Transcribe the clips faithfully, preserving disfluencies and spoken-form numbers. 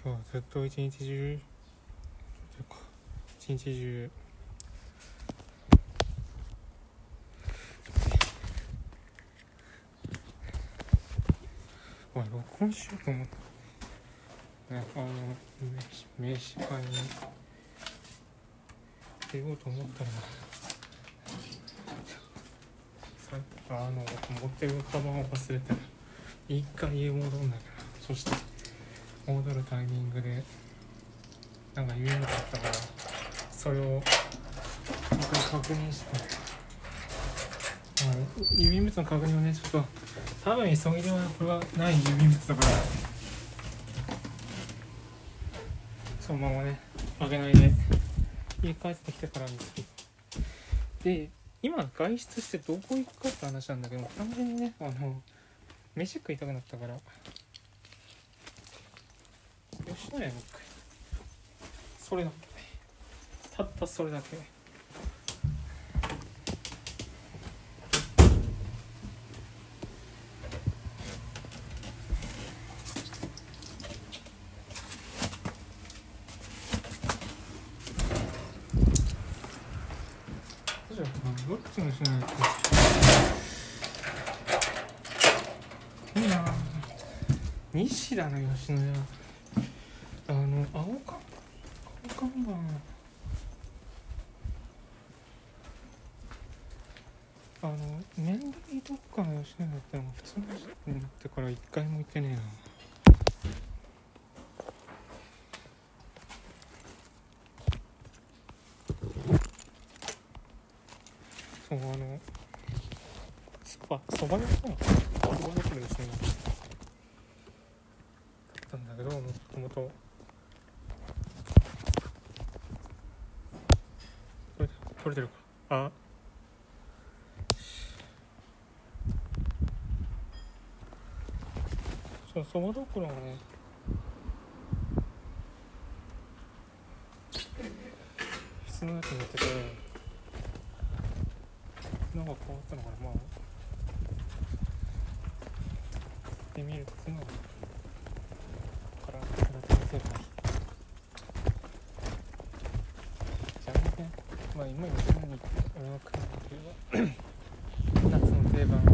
そうずっと一日中一日中おい録音しようと思ったね、あの名刺会に出ようと思ったらあの持ってるカバンを忘れて一回家戻るんだけど、そして戻るタイミングでなんか言えなかったからそれを一回確認して、あの郵便物の確認をねちょっと多分急ぎではこれはない郵便物だからそのままね開けないで家帰ってきてからにで、今外出してどこ行くかって話なんだけど、単純にねあの飯食いたくなったから吉野家に一回それだけたったそれだけどっちのしないといいな西田の吉野家あの青か青看板あの年代どっかの吉野家だったの普通の吉野家だってから一回も行ってねえな。そうあのそばそば屋かなそば屋だけどですねだったんだけどもともとこれ取れてるかあそうそばどころがね普通のやつになっててなんか変わったのかな、まあで見るとそのからから見せるかじゃあねまあ今吉野家に俺の食うというは夏の定番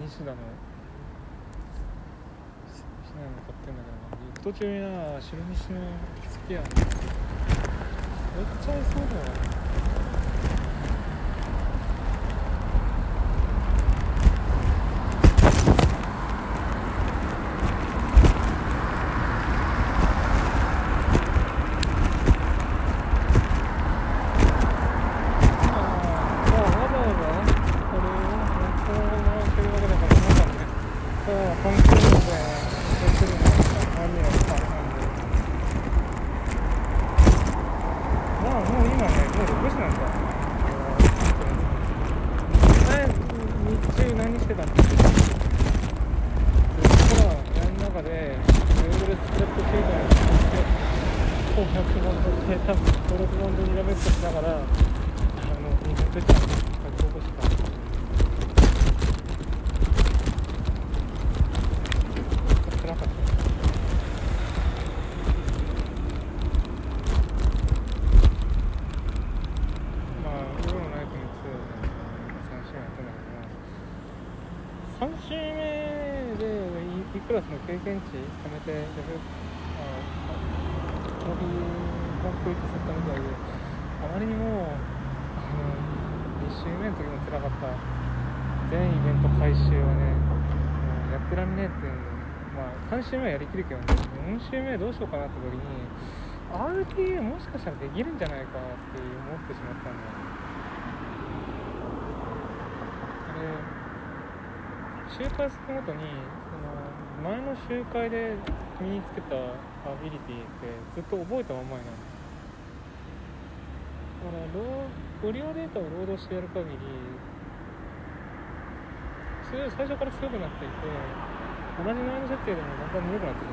西田の市内も買ってんだけどな、行く途中にな白西の好きやんめっちゃ合いそうだよ。クラスの経験値貯めてレベルコーヒーコンプリートするたみたいで、あまりにもあのに週目の時も辛かった全イベント回収はね、やってらんねえっていうので、まあさん週目はやりきるけどね、よん週目どうしようかなって時に アールティーエー もしかしたらできるんじゃないかって思ってしまったんだよね。で周回するごとにその前の周回で身につけたアビリティってずっと覚えたまんまになる。だからご利用データをロードしてやる限り最初から強くなっていて、同じ難易度設定でもだんだん緩くなってくる。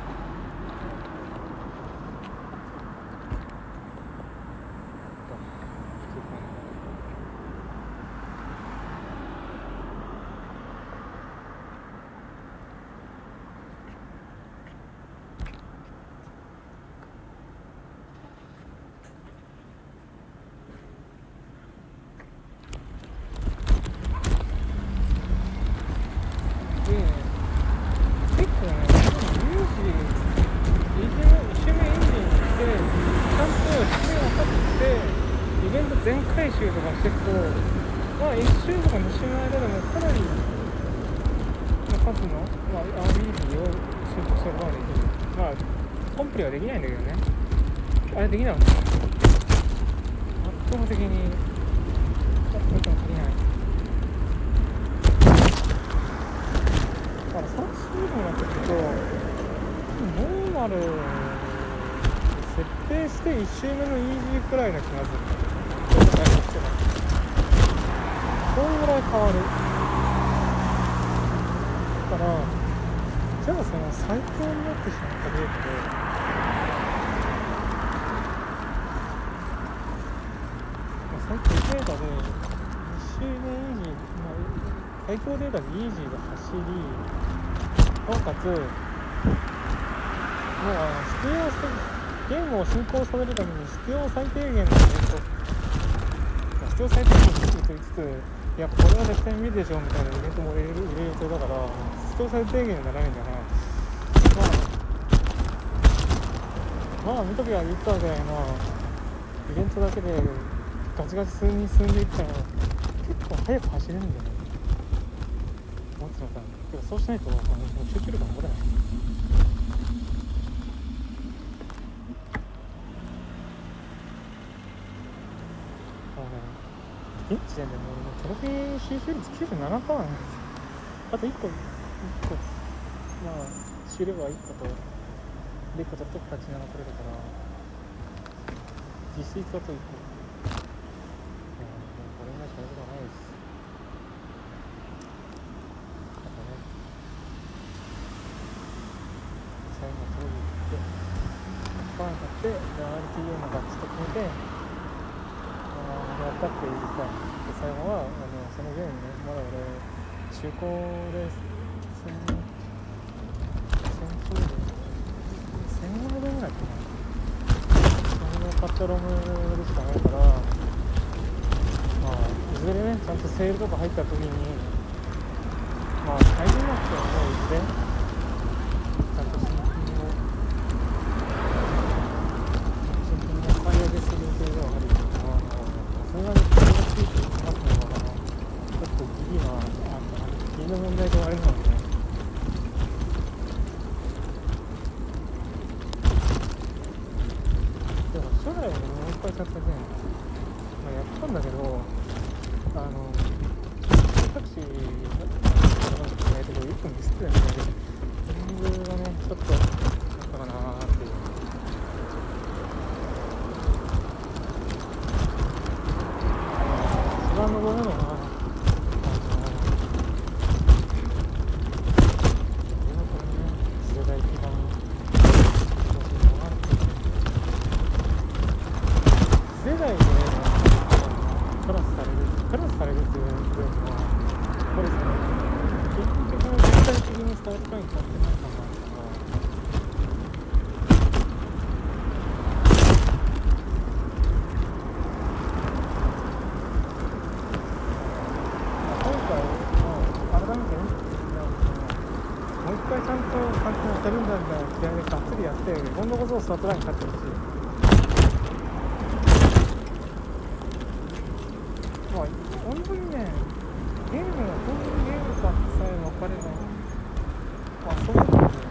全回収とかしていくと、まあいっ週とかに週の間でもかなりの数の、まあ、アービーディーを習得することができる。まあコンプリはできないんだけどね。あれできないのかな。圧倒的にちょっとできない。だからさん週になってくるとノーマル設定していち週目のイージーくらいな気がする。こんぐらい変わるだから、じゃあその最強になってしまったデータで最強データでいち週目イージー、まあ、最強データでイージーが走り、なおかつもうあの必要すゲームを進行させるために必要最低限のイベント、必要最低限のイベントと言いつつ、いやこれは絶対見るでしょみたいなイベントも入れる入れる予定だから、必要最低限にならないんだな。まあまあ見ときは言ったぐらいのイベントだけでガチガチ数に進んでいったら結構早く走れるんだよね。思ってしまったんだけど、そうしないとあの集中力が持てない。現時点でもうトロフィー収集率 きゅうじゅうななパーセント なんですよ。あといっこいっこまあ終了はいっことでいっこ取っとくかじゅうなな取れるから、実質だといっこ。いやもうこれ以外しかやることはないです。あとね最後トロフィー買ってパン買って アールティーエー のバッジと決めてやったって言いたい。で最後はあのそのゲームね、まだ俺中古でせんごひゃくドルぐらいかな、その買ったロムでしかないから、まあいずれねちゃんとセールとか入った時にまあ大変な人はもういずれちゃんと新品を新品の買い上げする予定ではあるけど、まあそれなりに難しいと言いますのはちょっとギリなギリの問題ではあるので、ね、でも将来はもう一回ちゃったね、まあ、やったんだけど、あのタクシーがなんかないところいっぷんミスってたみたいで、全部がねちょっとあったかなーっていう。一番登るのは世代でトラスされるトラスされるっていうのはこれですね、基本的に全体的にスタートライン立ってないかなとか、今回の改めて見てきたのもう一回ちゃんと換気を当てるんだみたいな気合いでがっつりやって、今度こそスタートライン立ってほしい。まあ、本当にね、ゲームが本当にゲームさえ分かれば、まあ、そういうことで、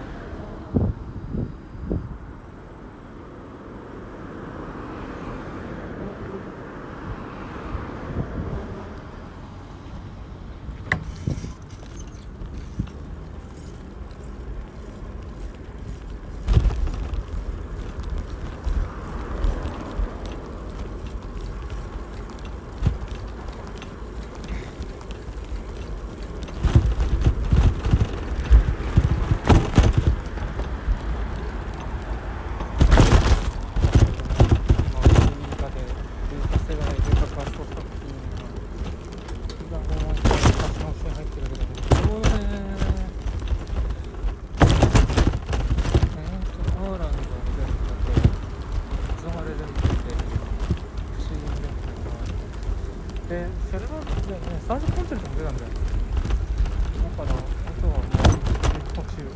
で、それはね、サージコンセントも出たんだよ。だから、あとはもう、特集。それ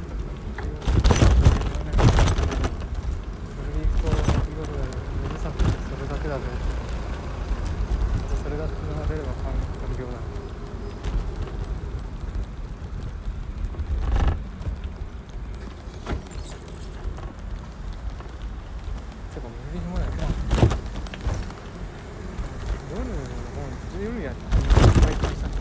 でいくと、夜、指先にそれだけだぜ。それがつながれれば完了だ。てか、水紐だよな。夜、夜やって体験したって。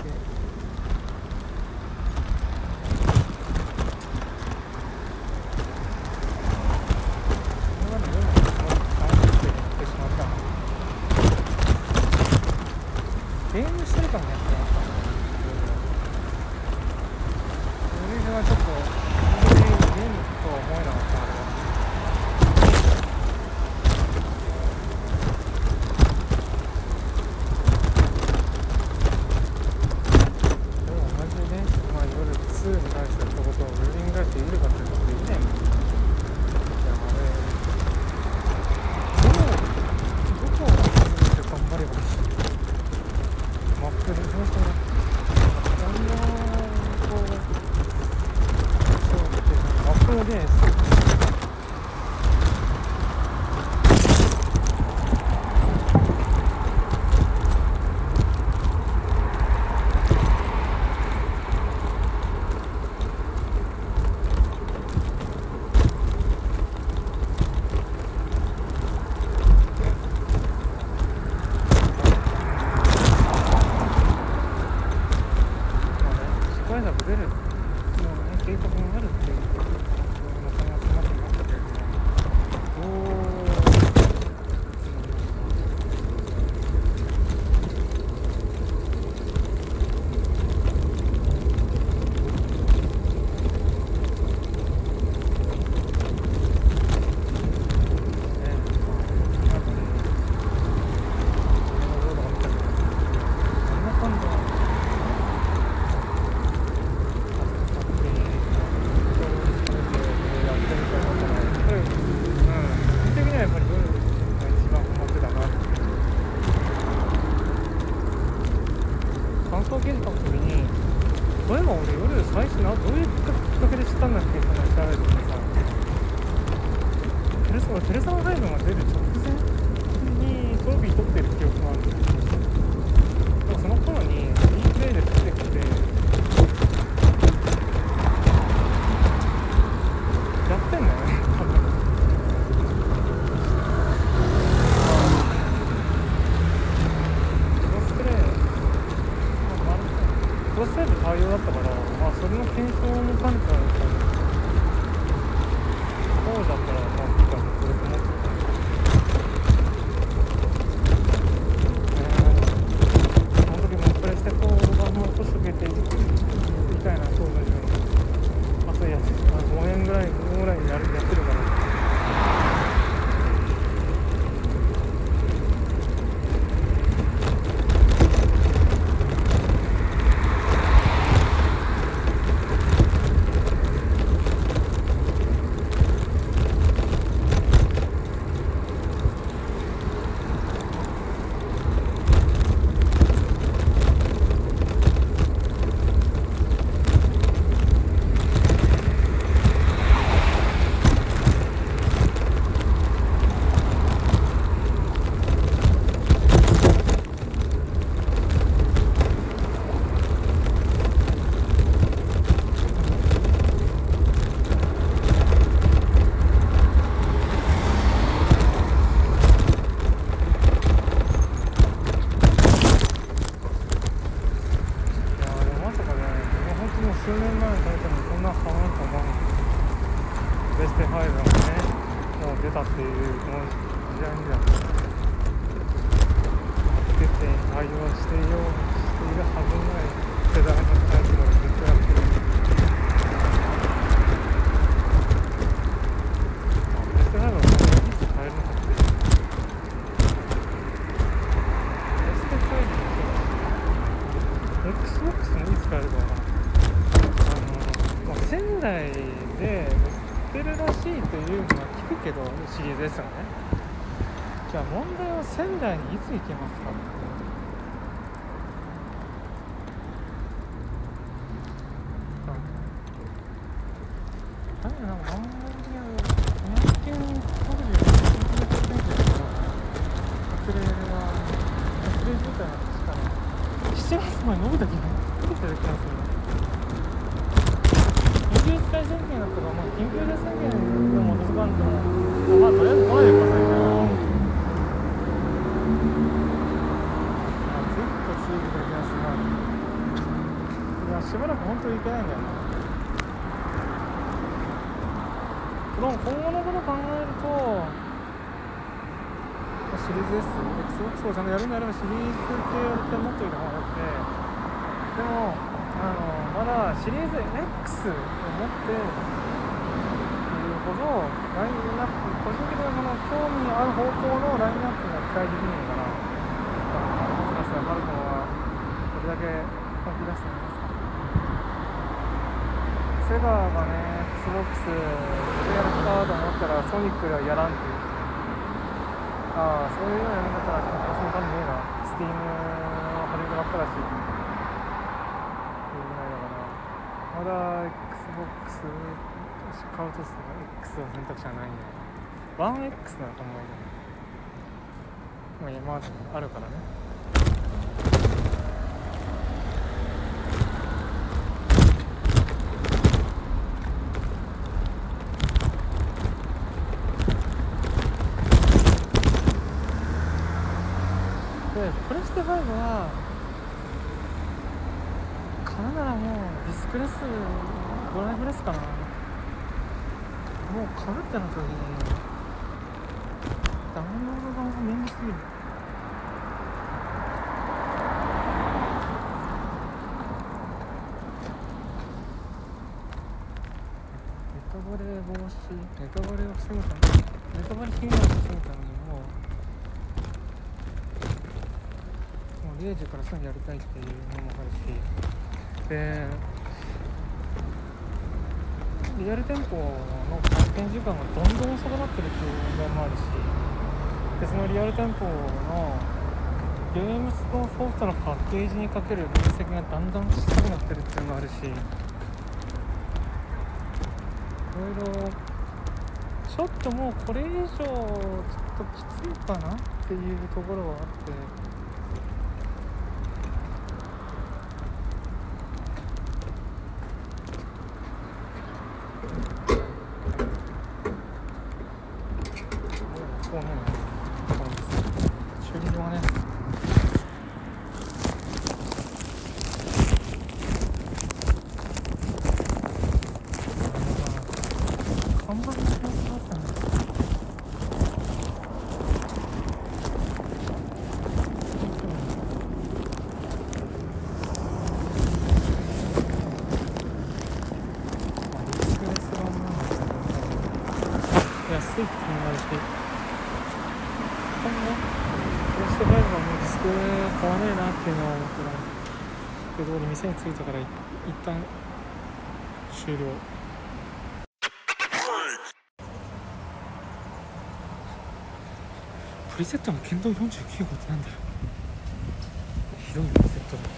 今まで夜のことを楽しんでやってしまったの。ゲームしてるかもやってなかったの。それはちょっと、本当にゲームとは思えなかった。に対してやったことをウェディングライフで言えるかっていうとできないもん。じゃああれどうどこを頑張ればいいし、マップでどうしてもこんなこうそうってマップも出ないです。出るの、ね、計画になるっていうことの可能性もありましたけれども、どう観光現場の時にそういえば俺夜最初などういうきっかけで知ったんだっけ、その調べててさ、テレサテレサのファイブが出る直前に装備取ってる記憶があるんだよ。でもその頃に E プレイで出てきてやってんだよね多分。クロスプレイ、まあ、クロスプレイで対応だったから、まあそれの検証の関係はそうだったらまあいいかもこれと思ってた。その時もプレステフォー版の落としとけてみたいな、そうだよね。あとやごねんぐらいぐらいやるやってるから。シリーズですよね。じゃあ問題は仙台にいつ行けますか。あれなんかあんまり何件当時忘れは忘れ状態なんですかね。しちがつまで伸びた気が出てる気がする。緊急事態宣言だったか、まあ、緊急事態宣言でも続かんとも、まあとりあえず来ないでくださいね。ずっと続いてた気がするな。いやしばらく本当に行けないんだよな。でも今後のこと考えるとシリーズ S、Xbox をちゃんとやるんであればシリーズ系を絶対持っておいた方がよくて、でもあのまだシリーズ X を持っているほどラインナップ、個人的なその興味ある方向のラインナップが期待できないから、もしかしたらマルコンはこれだけ本気出してみますか。セガがね Xbox でやるかと思ったらソニックではやらんっていう。ああ、そういうのやるんだったら私も多分ねえな。スティームを始めたばっかだしまだ Xbox 買うとすれば X は選択肢はないんだよ。ワンエックス なら考える。まあ今あるからね。でプレステファイブは買うならもうディスクレスドライブレスかな。もう買うってなった時にダウンロード版が面倒すぎる。ネタバレ防止、ネタバレを防ぐためにネタバレ被害を防ぐためにもうもうれいじからすぐやりたいっていうのもあるし、でリアル店舗の発見時間がどんどん遅くなってるっていう問題もあるし、でそのリアル店舗のゲームのソフトのパッケージにかける分析がだんだんちっちゃくなってるっていうのがあるし、いろいろちょっともうこれ以上ちょっときついかなっていうところはあって、こうね、こうです終了はね、看板の仕事だったんです。安いっていうのもあるし、今後こうしてバイクはもうディスク買わねえなっていうのは思ったら、けど店に着いたから一旦終了。プリセットの剣道よんじゅうきゅう号ってなんだよ。ひどいプリセットだ。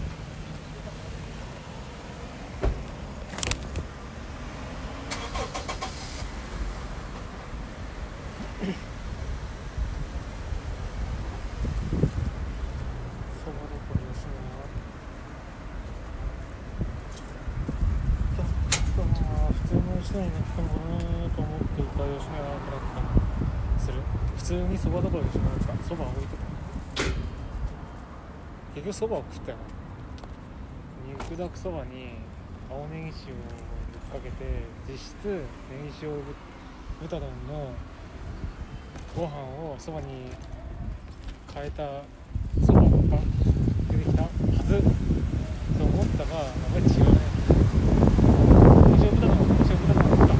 普通になってもなと思っていた吉野家だったりする。普通にそばどころでしょ。なんかそば置いてた。結局そばを食ったよ。肉だくそばに青ネギ塩をぶっかけて、実質ネギ塩豚丼のご飯をそばに変えたそばが出てきたはずと思ったが、やっぱり違うね。ネギ塩豚丼はネギ塩豚丼だった。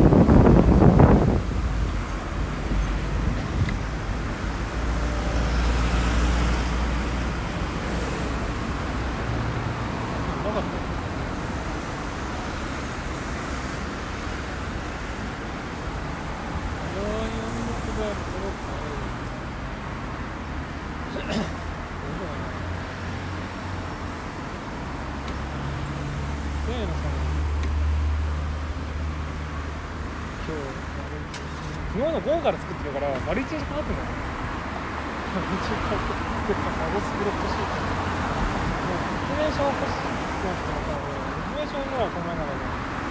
昨日の午後から作ってるから丸一日かかってんだよね。丸一日かかってるからマゴスブロックシート、インフォメーションを欲しいってなってたので、インフォメーションのはこの中で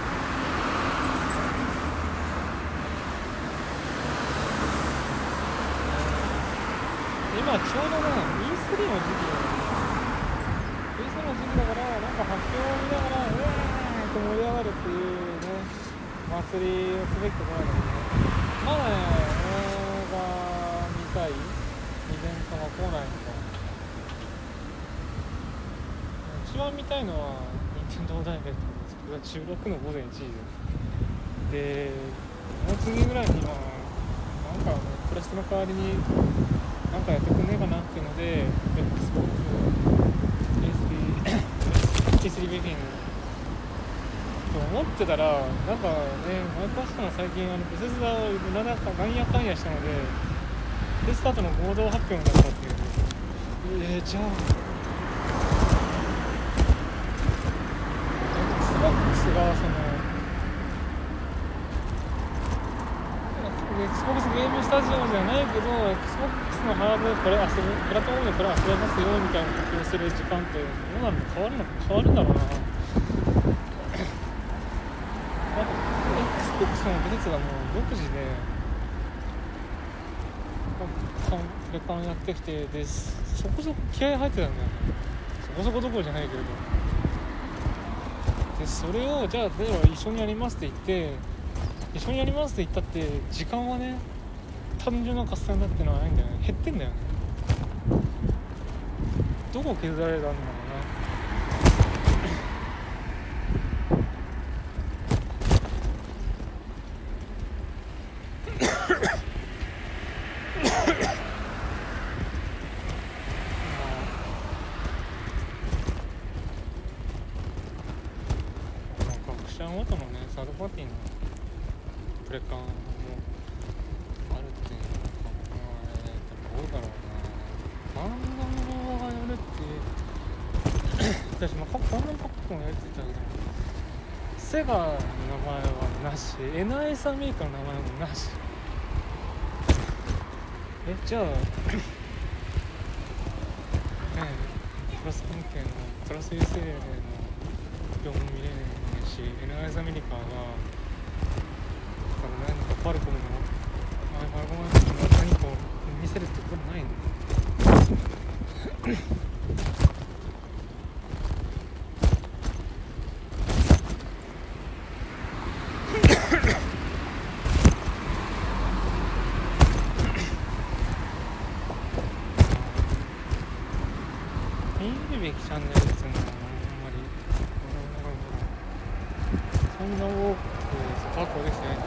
今ちょうどね イースリー の時期だよね。 イースリー の時期だから、なんか発表を見ながらうわーって盛り上がるっていうね、祭りをすべきところなんだけどね。まだね、映画見たいイベントが来ないのか。一番見たいのは任天堂ダイレクトです。これはじゅうろくの午前いちじで、でもう次ぐらいにはなんかプラスの代わりになんかやってくんねえかなっていうので Xbox エースリー ベビングと思ってたら、なんかね、マイクロソフトが最近あのベセスダをなんやかんやしたので、テスターとの合同発表になったっていう。えー、じゃあ Xbox がその Xbox ゲームスタジオじゃないけど Xbox のハードでこれ遊ぶ、プラットフォームでこれ遊べますよみたいな発表する時間ってどうなるの、変わるの変わるんだろうな。Xbox の技術がもう独自でレカンやってきて、でそこそこ気合入ってたんだよね。そこそこどころじゃないけれど、でそれをじゃあ例えば一緒にやりますって言って一緒にやりますって言ったって時間はね、単純な合算だってのはないんだよね。減ってんだよね。どこ削られたんだろうな。ごとのね、サードパーティーのプレカンもあるっていうのかな。どうだろうな。ガンダムたし、まあ、こんなパックもやりついたけど、セガの名前はなし、エヌアイエス アメリカの名前もなし。え、じゃあねえ、トラス関係のトラス優勢の業も見れないし、 エヌアイエス アメリカが何かファルコムのファルコムの何かを見せるってことないの？見るべきチャンネルですよね、あんまりそんな多く確保できてないんだ。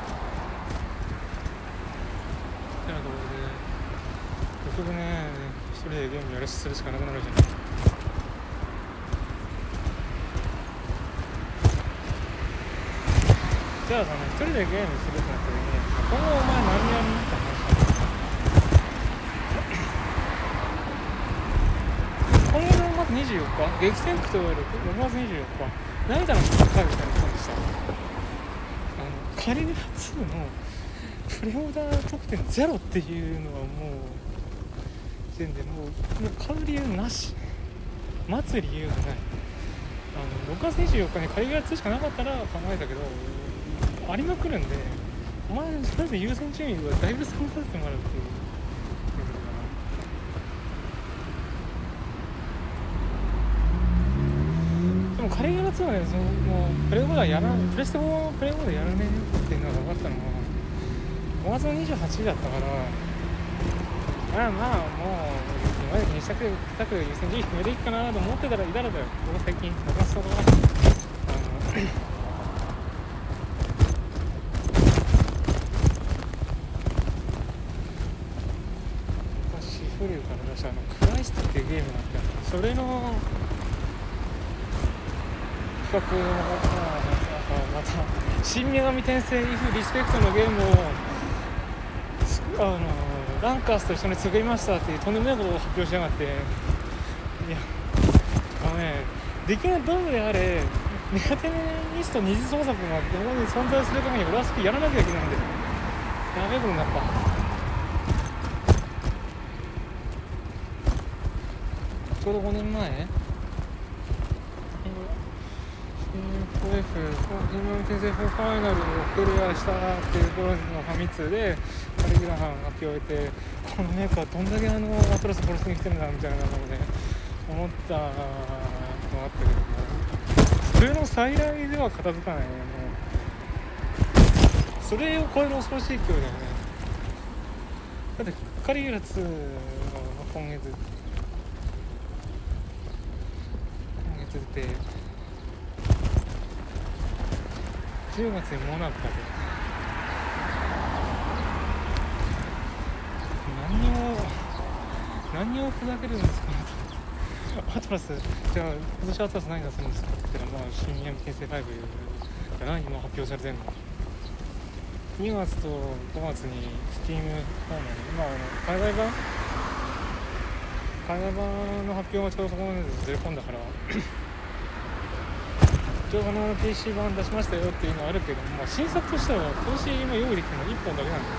ってなところで結局ね、一人でゲームやらしするしかなくなるじゃない。じゃあさ、一人でゲームするってなった時に、今後お前何やるのって話なんだ。今後のろくがつにじゅうよっか、激戦区と言われるろくがつにじゅうよっか、涙の戦いみたいなことでした。あのカリグラツーのプレオーダー得点ゼロっていうのはもう時点でもう、もう買う理由なし、待つ理由がない。あのろくがつにじゅうよっかにカリグラツーしかなかったら考えたけど、ありまくるんで、お前とりあえず優先順位はだいぶ下げさせてもらうっていう。でもカリグラツーはね、そのもうプレイボーダーやらプレステフォープレイボーダーやらねえっていうのが分かったのはごがつのにじゅうはちにちだったから、まあまあもう今まで気にしたくたく優先順位決めていいかなと思ってたらいたらだよ。僕は最近なさそうだな。あの私フリューから出したあのクライストっていうゲームなんだよ。それの企画のまた新女神転生イフリスペクトのゲームをあのランカースと一緒に作りましたっていうとんでもないことを発表しやがって、いやあのね、できないどうであれネガティニスト二次創作がここに存在するために俺はスピやらなきゃいけないんで、やべえことになった。ちょうどごねんまえエフエフ 新女神転生フォーファイナルをクリアしたっていう頃のファミ通でカリグラハンが発表を得て、このメーカーどんだけあのアトラス殺しに来てるんだみたいなので思ったのがあったけども、それの再来では片付かないね。もうそれを超える恐ろしい勢いだよね。だってカリグラツーは今月今月出てじゅうがつにもなくだけど、何を何をふざけるんですかアトラス、じゃあ今年アトラス何出すんですかって言ったら、まあ新女神転生ファイブが何今発表されてんの。にがつとごがつに Steam ファーマーに、まあ、あの海外版海外版の発表がちょうどそこまでずれ込んだから一応あの ピーシー 版出しましたよっていうのはあるけど、まあ、新作としては今年今用意できるのはいっぽんだけなんだよ。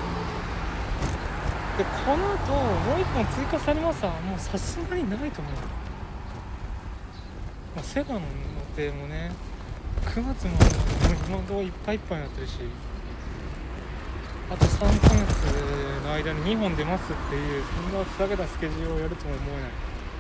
でこの後もういっぽん追加されますわ、もうさすがにないと思う。まあ、セガの予定もねくがつまでも今のところいっぱいいっぱいになってるし、あとさんかげつの間ににほん出ますっていう、そんなふざけたスケジュールをやるとも思えない。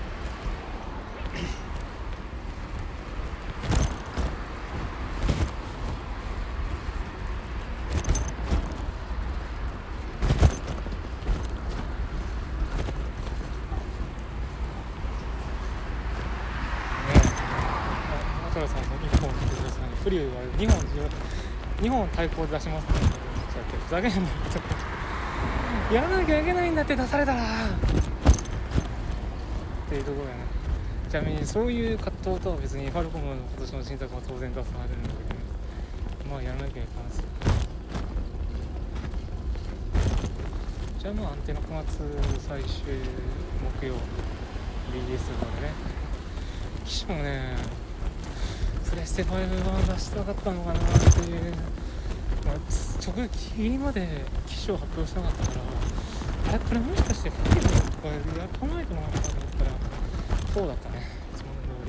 アトラさんのいっぽん見てくださいね。フリューはにほんにほん対抗出しますね。ふざけんなよやらなきゃいけないんだって出されたらっていうところやね。ちなみにそういう葛藤とは別にファルコムの今年の新作は当然出されるんだけど、まあやらなきゃいけないですよ。じゃあまあ安定のくがつ最終木曜 ビーエス とかでね機種もねプレステファイブ版出したかったのかなっていう、まあ、直撃ギリまで機種を発表しなかったから、あれこれもしかしてファイブとかやらないとなと思ったらそうだったね。いつもの通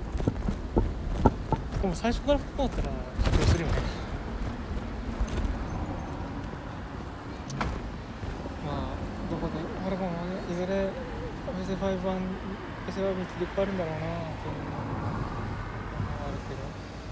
り。でも最初からフォーだったら発表するよね。まあどこであれかもね、いずれ ピーエスファイブ 版 ピーエスファイブ に切り替わるんだろうなっていうのがあるけど、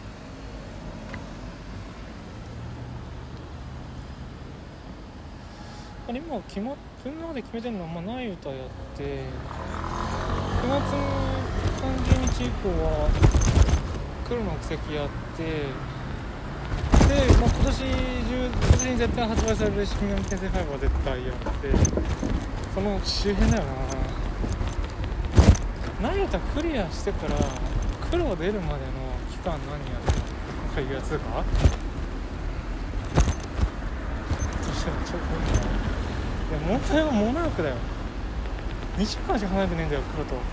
あれ今決まっそんなまで決めてるのはあんまない歌やって、くがつのさんじゅうにち以降は黒の奇跡やって、で、まあ、今年中今年に絶対発売される新眼転生ファイブは絶対やって、その周辺だよな。ない歌クリアしてから黒が出るまでの期間何やるのかいうやつがそしたらちょっといや問題はモナークだよ。にしゅうかんしか離れてねえんだよ黒と。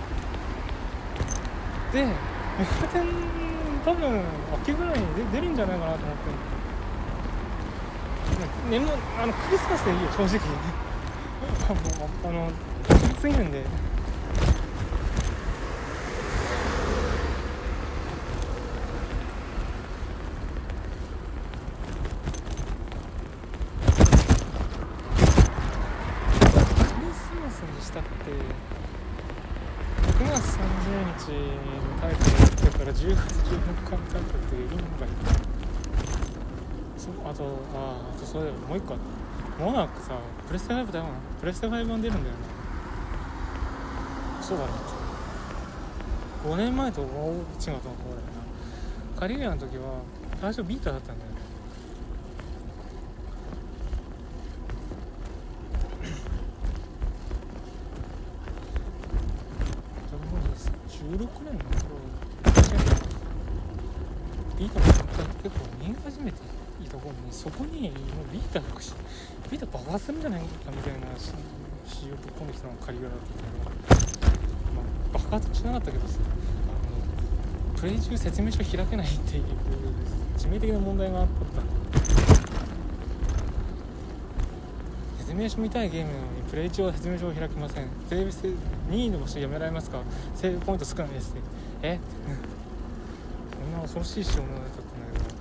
でメガテン多分秋ぐらいに出るんじゃないかなと思って、ね、もあのクリスマスでいいよ正直もうあのきついんで。くがつさんじゅうにちのタイトルやってからじゅうがつじゅうよっかのタイトルっていいんがいいそあとああとそれもう一個モナークさプレステファイブだよな。プレステファイブ版出るんだよな。そうだねごねんまえと大違うところだよな。カリビアンの時は最初ビータだったんだよね。じゅうろくねんの頃ビータも結構見え始めていた頃に、そこにもうビータがビータ爆発するんじゃないかみたいな仕様ぶっ込んできたのがカリグラだったけど、まあ、爆発しなかったけどさ、あのプレイ中説明書開けないっていう致命的な問題があった。説明書見たいゲームなのにプレイ中は説明書を開きません。セーブして任意の場所やめられますか。セーブポイント少ないですね。えこんな恐ろしい仕様のやつだったんだけど、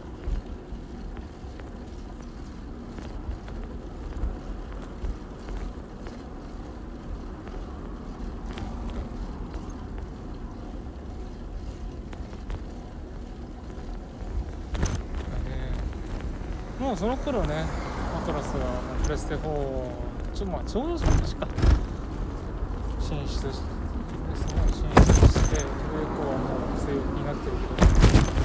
もうその頃ねアトラスはプレステフォーちょ,、まあ、ちょうどその年か進出して進出してそれ以降はもう強気になってるけど、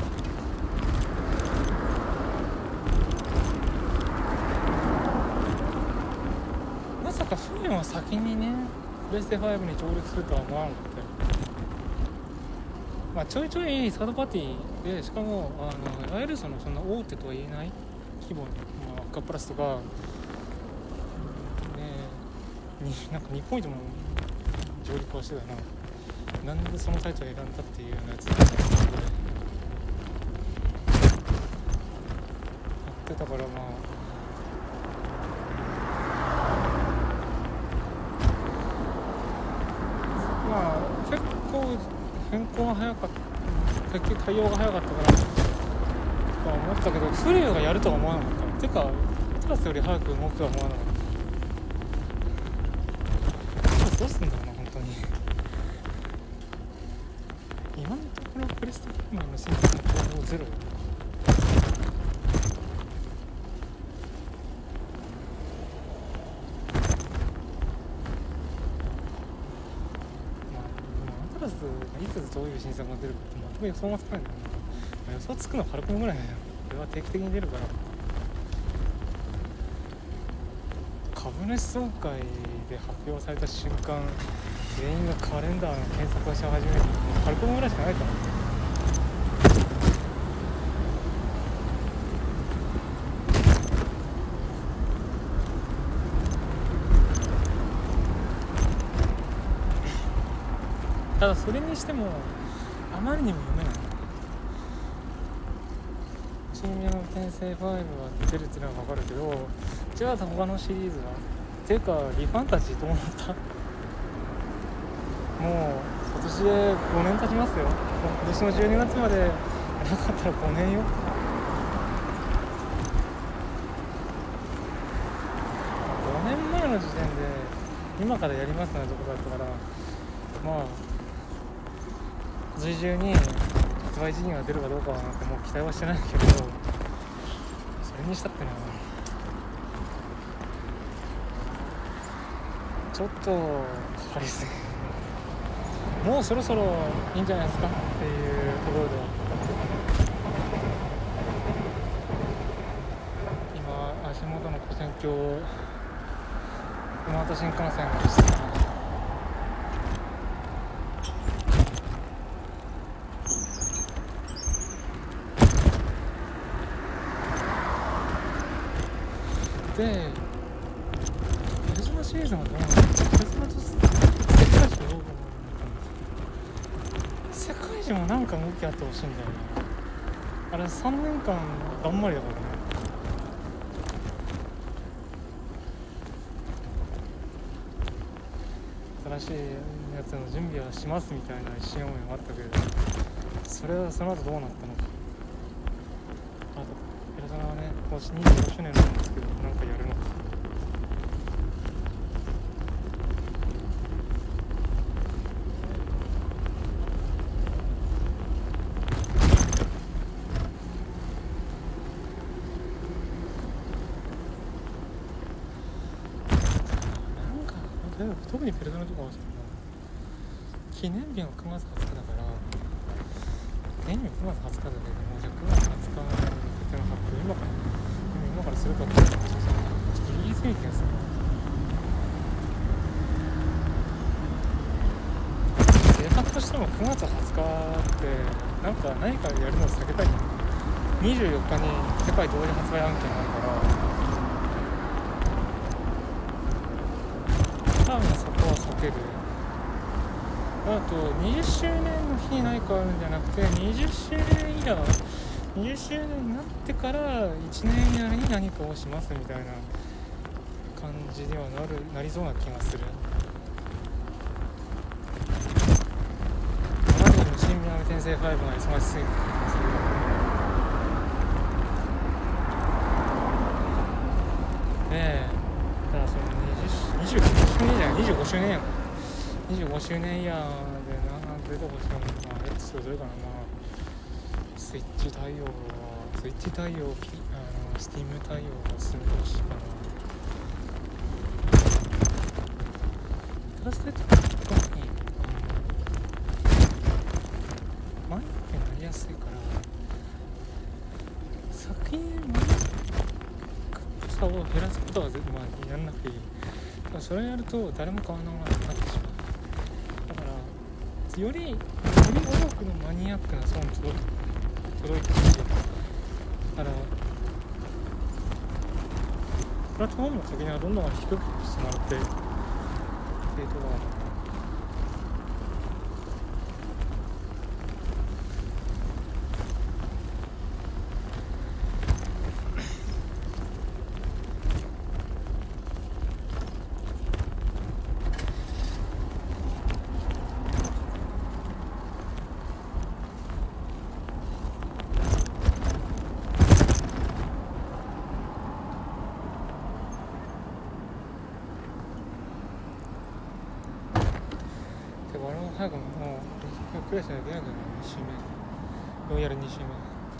まさかフィンは先にねプレステファイブに上陸するとは思わなかったよ。まあちょいちょいサードパーティーで、しかもあのいわゆるそのそんな大手とは言えない規模の、まあ、アクアプラスとか、ね、になんか日本一も上陸はしてたな。なんでそのタイトル選んだっていうようなやつだったんですけど、やってたから、まあまあ結構変更が早かった結局対応が早かったからとは思ったけど、フレアがやるとは思わなかった。てかトラスより早く動くとは思わなかった。トラスどうすんだろうな本当に。今のところプレステファイブの新作の情報ゼロよ。まあアトラスがいつどういう新作が出るかって全く予想がつかないんだよな。予想つくのはファルコンぐらいだよ。これは定期的に出るから。株主総会で発表された瞬間全員がカレンダーの検索をし始める。ファルコンぐらいしかないから。ただそれにしてもあまりにも読めない。新宮の転生ファイブは出るっていうのは分かるけど、じゃあ他のシリーズはていうかリファンタジーどうなった？もう今年でごねん経ちますよ。今年のじゅうにがつまでなかったらごねんよ。ごねんまえの時点で今からやりますなんてことだったから、まあ今年中に発売時期が出るかどうかはなんてもう期待はしてないけど、それにしたってなちょっと高いですね。もうそろそろいいんじゃないですかっていうところで、今足元の跨線橋熊本新幹線が走ってます。で、ペルソナシリーズはどうなの？ペルソナと世界史どうなの？世界史もなんか動きあってほしいんだよね。あれさんねんかん頑張りだからね。新しいやつの準備はしますみたいな一瞬思いがあったけれど、それはその後どうなったのか。あとペルソナはね、今年にじゅうごしゅうねんなんですけど、なんかやるのか。特にペルソナとかは記念日がくがつはつかだから、記念日がくがつはつかだけども、じゃあくがつはつかの発表今から今からするかってちょっと言い過ぎてるんですよ。計画としてもくがつはつかってなんか何かやるのを避けたい。にじゅうよっかに世界同時発売案件があるから多分そこは避ける。あとにじゅっしゅうねんの日に何かあるんじゃなくて、にじゅっしゅうねん以来にじゅっしゅうねんになってからいちねん以内に何かをしますみたいな感じにはなるなりそうな気がする。あまりにも新南転生ファイブが忙しすぎる気がする。ねえ、ただそのにじゅうごしゅうねんじゃないにじゅうごしゅうねんやにじゅうごしゅうねんイヤーで何出てほしいのかな。 X それからなスイッチ対応はスイッチ対応、あのスティーム対応を進めてほしいかな。イラストレーターとかにマニアックになりやすいから作品マニアックさを減らすことは全然まあやんなくていい。それやると誰も買わなくなってしまう。だからよりより多くのマニアックな層に届く届いてほしい。だからプラットフォームの責任はどんどん低くしてもらってっていうところが早くもうクラスには出ないんだよね。に週目ロイヤルに週目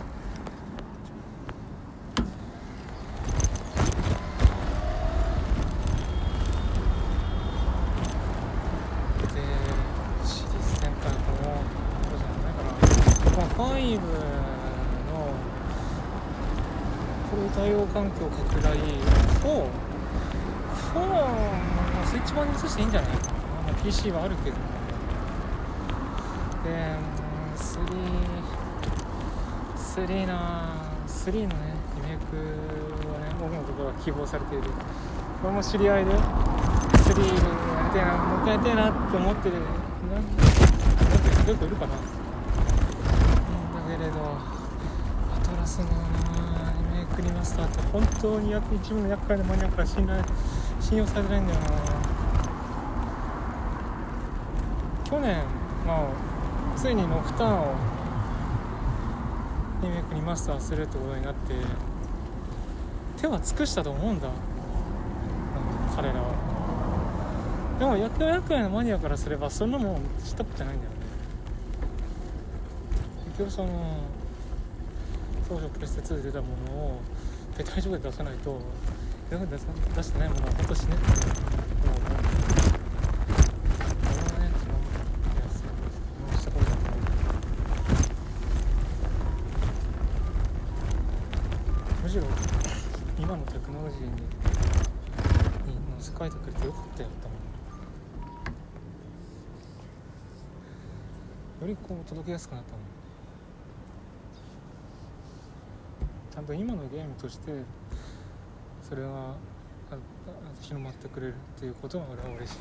でシリーズ展開もそうじゃないかな。まあファイブのこういう対応環境拡大をフォーのスイッチ版に移していいんじゃないかな。まあ、ピーシー はあるけどでスリー、スリーなスリーのねリメイクはね僕のところが希望されている。これも知り合いでスリーやりたいなもう一回やりたいなって思ってるなんか結構いるかな。 けれどアトラスのリメイクリマスターって本当に一部の厄介なマニアから信頼信用されてないんだよな。去年、まあ、ついにノクターンをリメイクリマスターするってことになって手は尽くしたと思うんだ、彼らは。でも厄介なマニアからすればそんなもん知ったことじゃないんだよね。結局その当初プレステツーで出たものをペタイ上で出さないと出してないものは本当死ねって思う。むしろ今のテクノロジーに乗せ替えてくれてよかったよって思う。よりこう届けやすくなったもん。ちゃんと今のゲームとしてそれが広まってくれるっていうことが俺は嬉しい。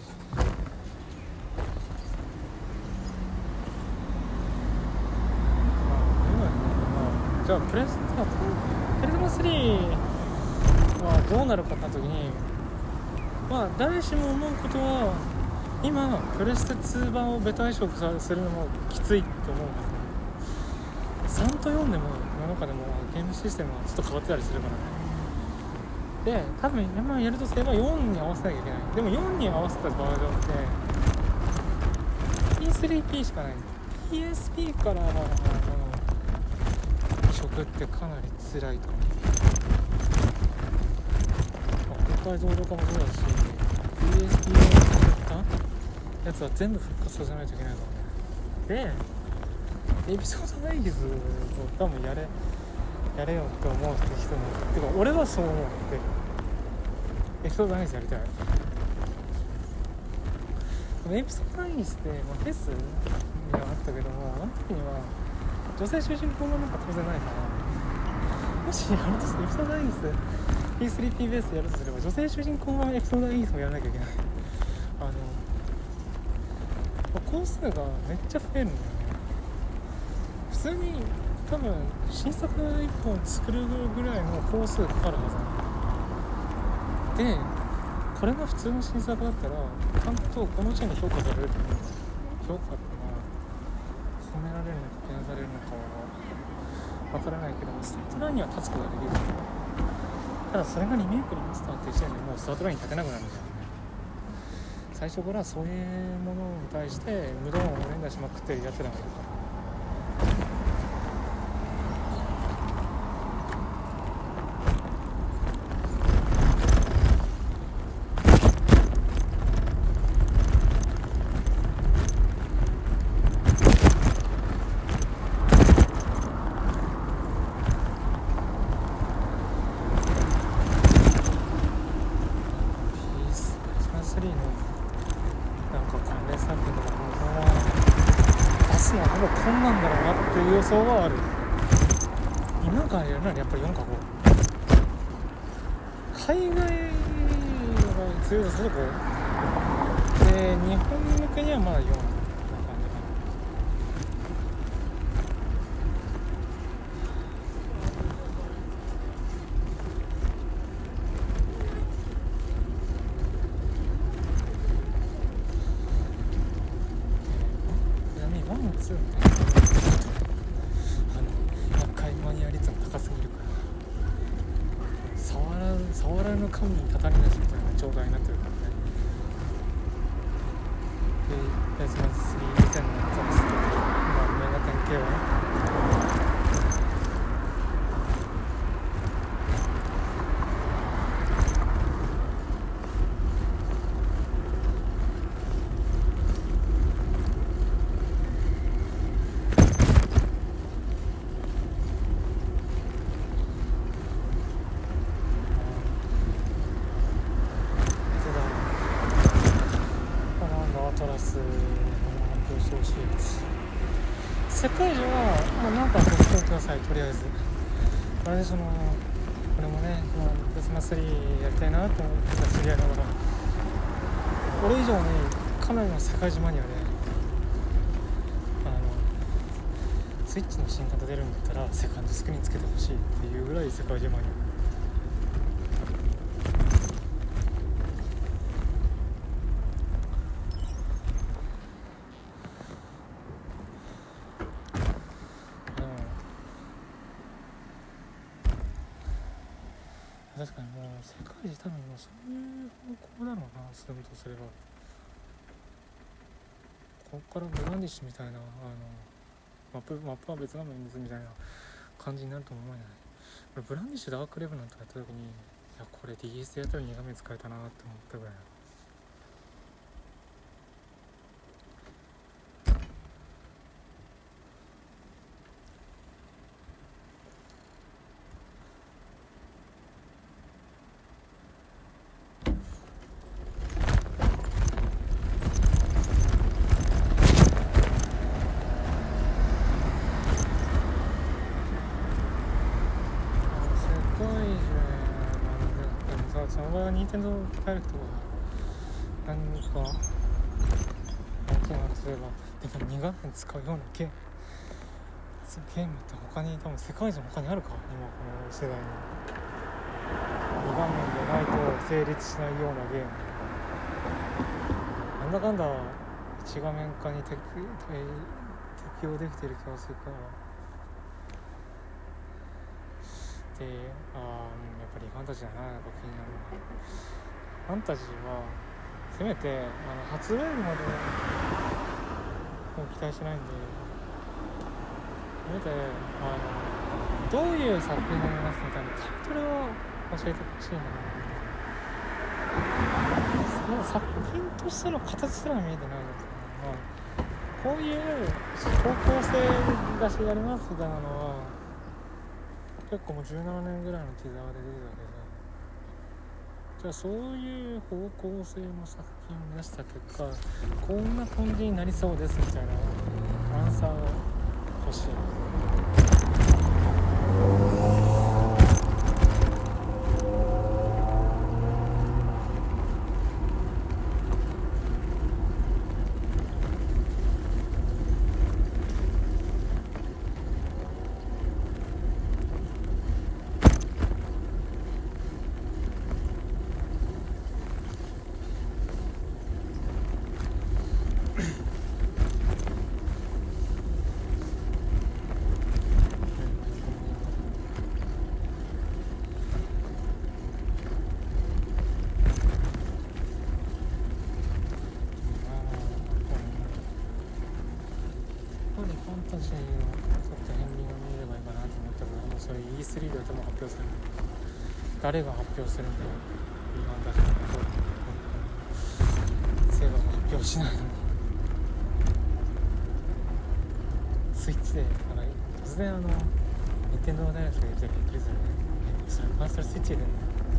じゃあプレステプレステスリーはどうなるかな時に、まあ誰しも思うことは今プレステツー版をベタ移植するのもきついと思う。さんとよんでも世の中でもゲームシステムはちょっと変わってたりするからね。で多分今やるとすればよんに合わせなきゃいけない。でもよんに合わせたバージョンって ピースリーピー しかない。 ピーエスピー からってかなり辛いと思う。本体増量化もそうだし ピーエスピー のやつは全部復活させないといけないからね。でエピソードナインを多分やれやれよって思う人もてか俺はそう思うってエピソードナインやりたい。エピソードナインって、まあ、フェスにはあったけどもあの時には女性主人公もなんか当然ないから、もしやるとするエピソードナイン ピースリーピー ベースやるとすれば女性主人公はエピソードナインをやらなきゃいけない。あのコースがめっちゃ増えるんだよね。普通に多分新作いっぽん作るぐらいのコースがかかるはずで、これが普通の新作だったらちゃんとこの時点で評価されると思うんですよ。評価ってのは褒められるのかけなされるのかは分からないけどスタートラインには立つことができる。ただそれがリメイクにマスターっていう時点でもうスタートラインに立てなくなるんだよね。最初からそういうものに対して無駄を連打しまくってるやつらがいるから。予想はある。今からやるならやっぱりよんかご。海外が強いとするとごで、日本向けにはまだよんな感じかな。ちなみにワンツーって触らぬ神にたたりなしみたいな状態になってるからね。で、ペースマンスリー以前のザムスリー、まあ、メガテン系はね。世界中はもうなんかご視聴ください。とりあえずあれでそのこれもね、まあ、ペスマスリーやりたいなと思ってた知り合いだから俺以上にかなりの世界中マニアで、あのスイッチの新型出るんだったらセカンドスクリーンつけてほしいっていうぐらい世界中マニア。確かにもう世界一多分もうそういう方向だろうな、進むとすれば。ここからブランディッシュみたいなあのマップマップは別画面ですみたいな感じになると思わない。これブランディッシュダークレブなんとかやった時に、いやこれ ディーエス でやったらに画面使えたなって思ったぐらいな。その場合は任天堂ダイレクトが何か大きなくすれば、でもに画面使うようなゲームゲームって他に多分世界中他にあるか、今この世代にに画面でないと成立しないようなゲーム。なんだかんだいち画面化に 適, 適用できてる気がするから。で、あやっぱりファンタジーだな、やっぱ気になる。ファンタジーはせめてあの発売日までもう期待しないんで、せめてあのどういう作品になりますみたいなタイトルを教えてほしいな。その作品としての形すら見えてないんですけど、まあ、こういう方向性出しやりますみたいなのは結構もうじゅうななねんぐらいのティザーで出てたけど、じゃあそういう方向性の作品を出した結果こんな感じになりそうですみたいなアンサーが欲しい。ファンタジーのちょっと片鱗が見えればいいかなと思ったけど、もうそれ イースリー で頭発表するんだよ。誰が発表するんだよ。ファンタジーのことセガが発表しないのにスイッチでなんか突然あの任天堂ダイレクトで言ってびっくりするね。えそれバーサルスイッチでね、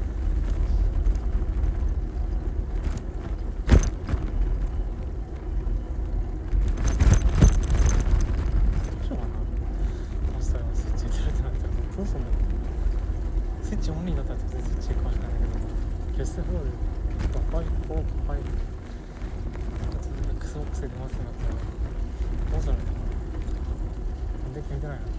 スイッチオンリーだったら全然スイッチかもしれないけど、プレステフォーとかファイブ、フォー、ファイブ、Xbox で出ますってなったらどうするのかな。なんで決めてないの。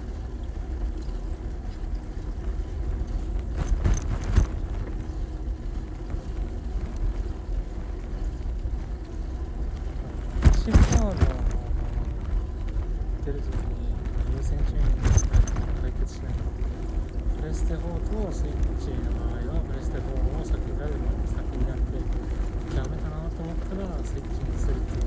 シーカード出るときに優先順位の解決しないと。プレステフォーとスイッチの場合はプレステフォーを先になるの先になってやめたなと思ったらスイッチにするっていう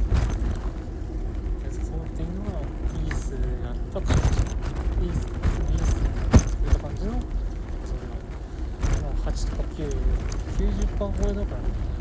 でそうっていうのはイースやった感じ、イースイース作った感じのそれはもうはちとかきゅう、きゅうじゅっパーセント超えだからね。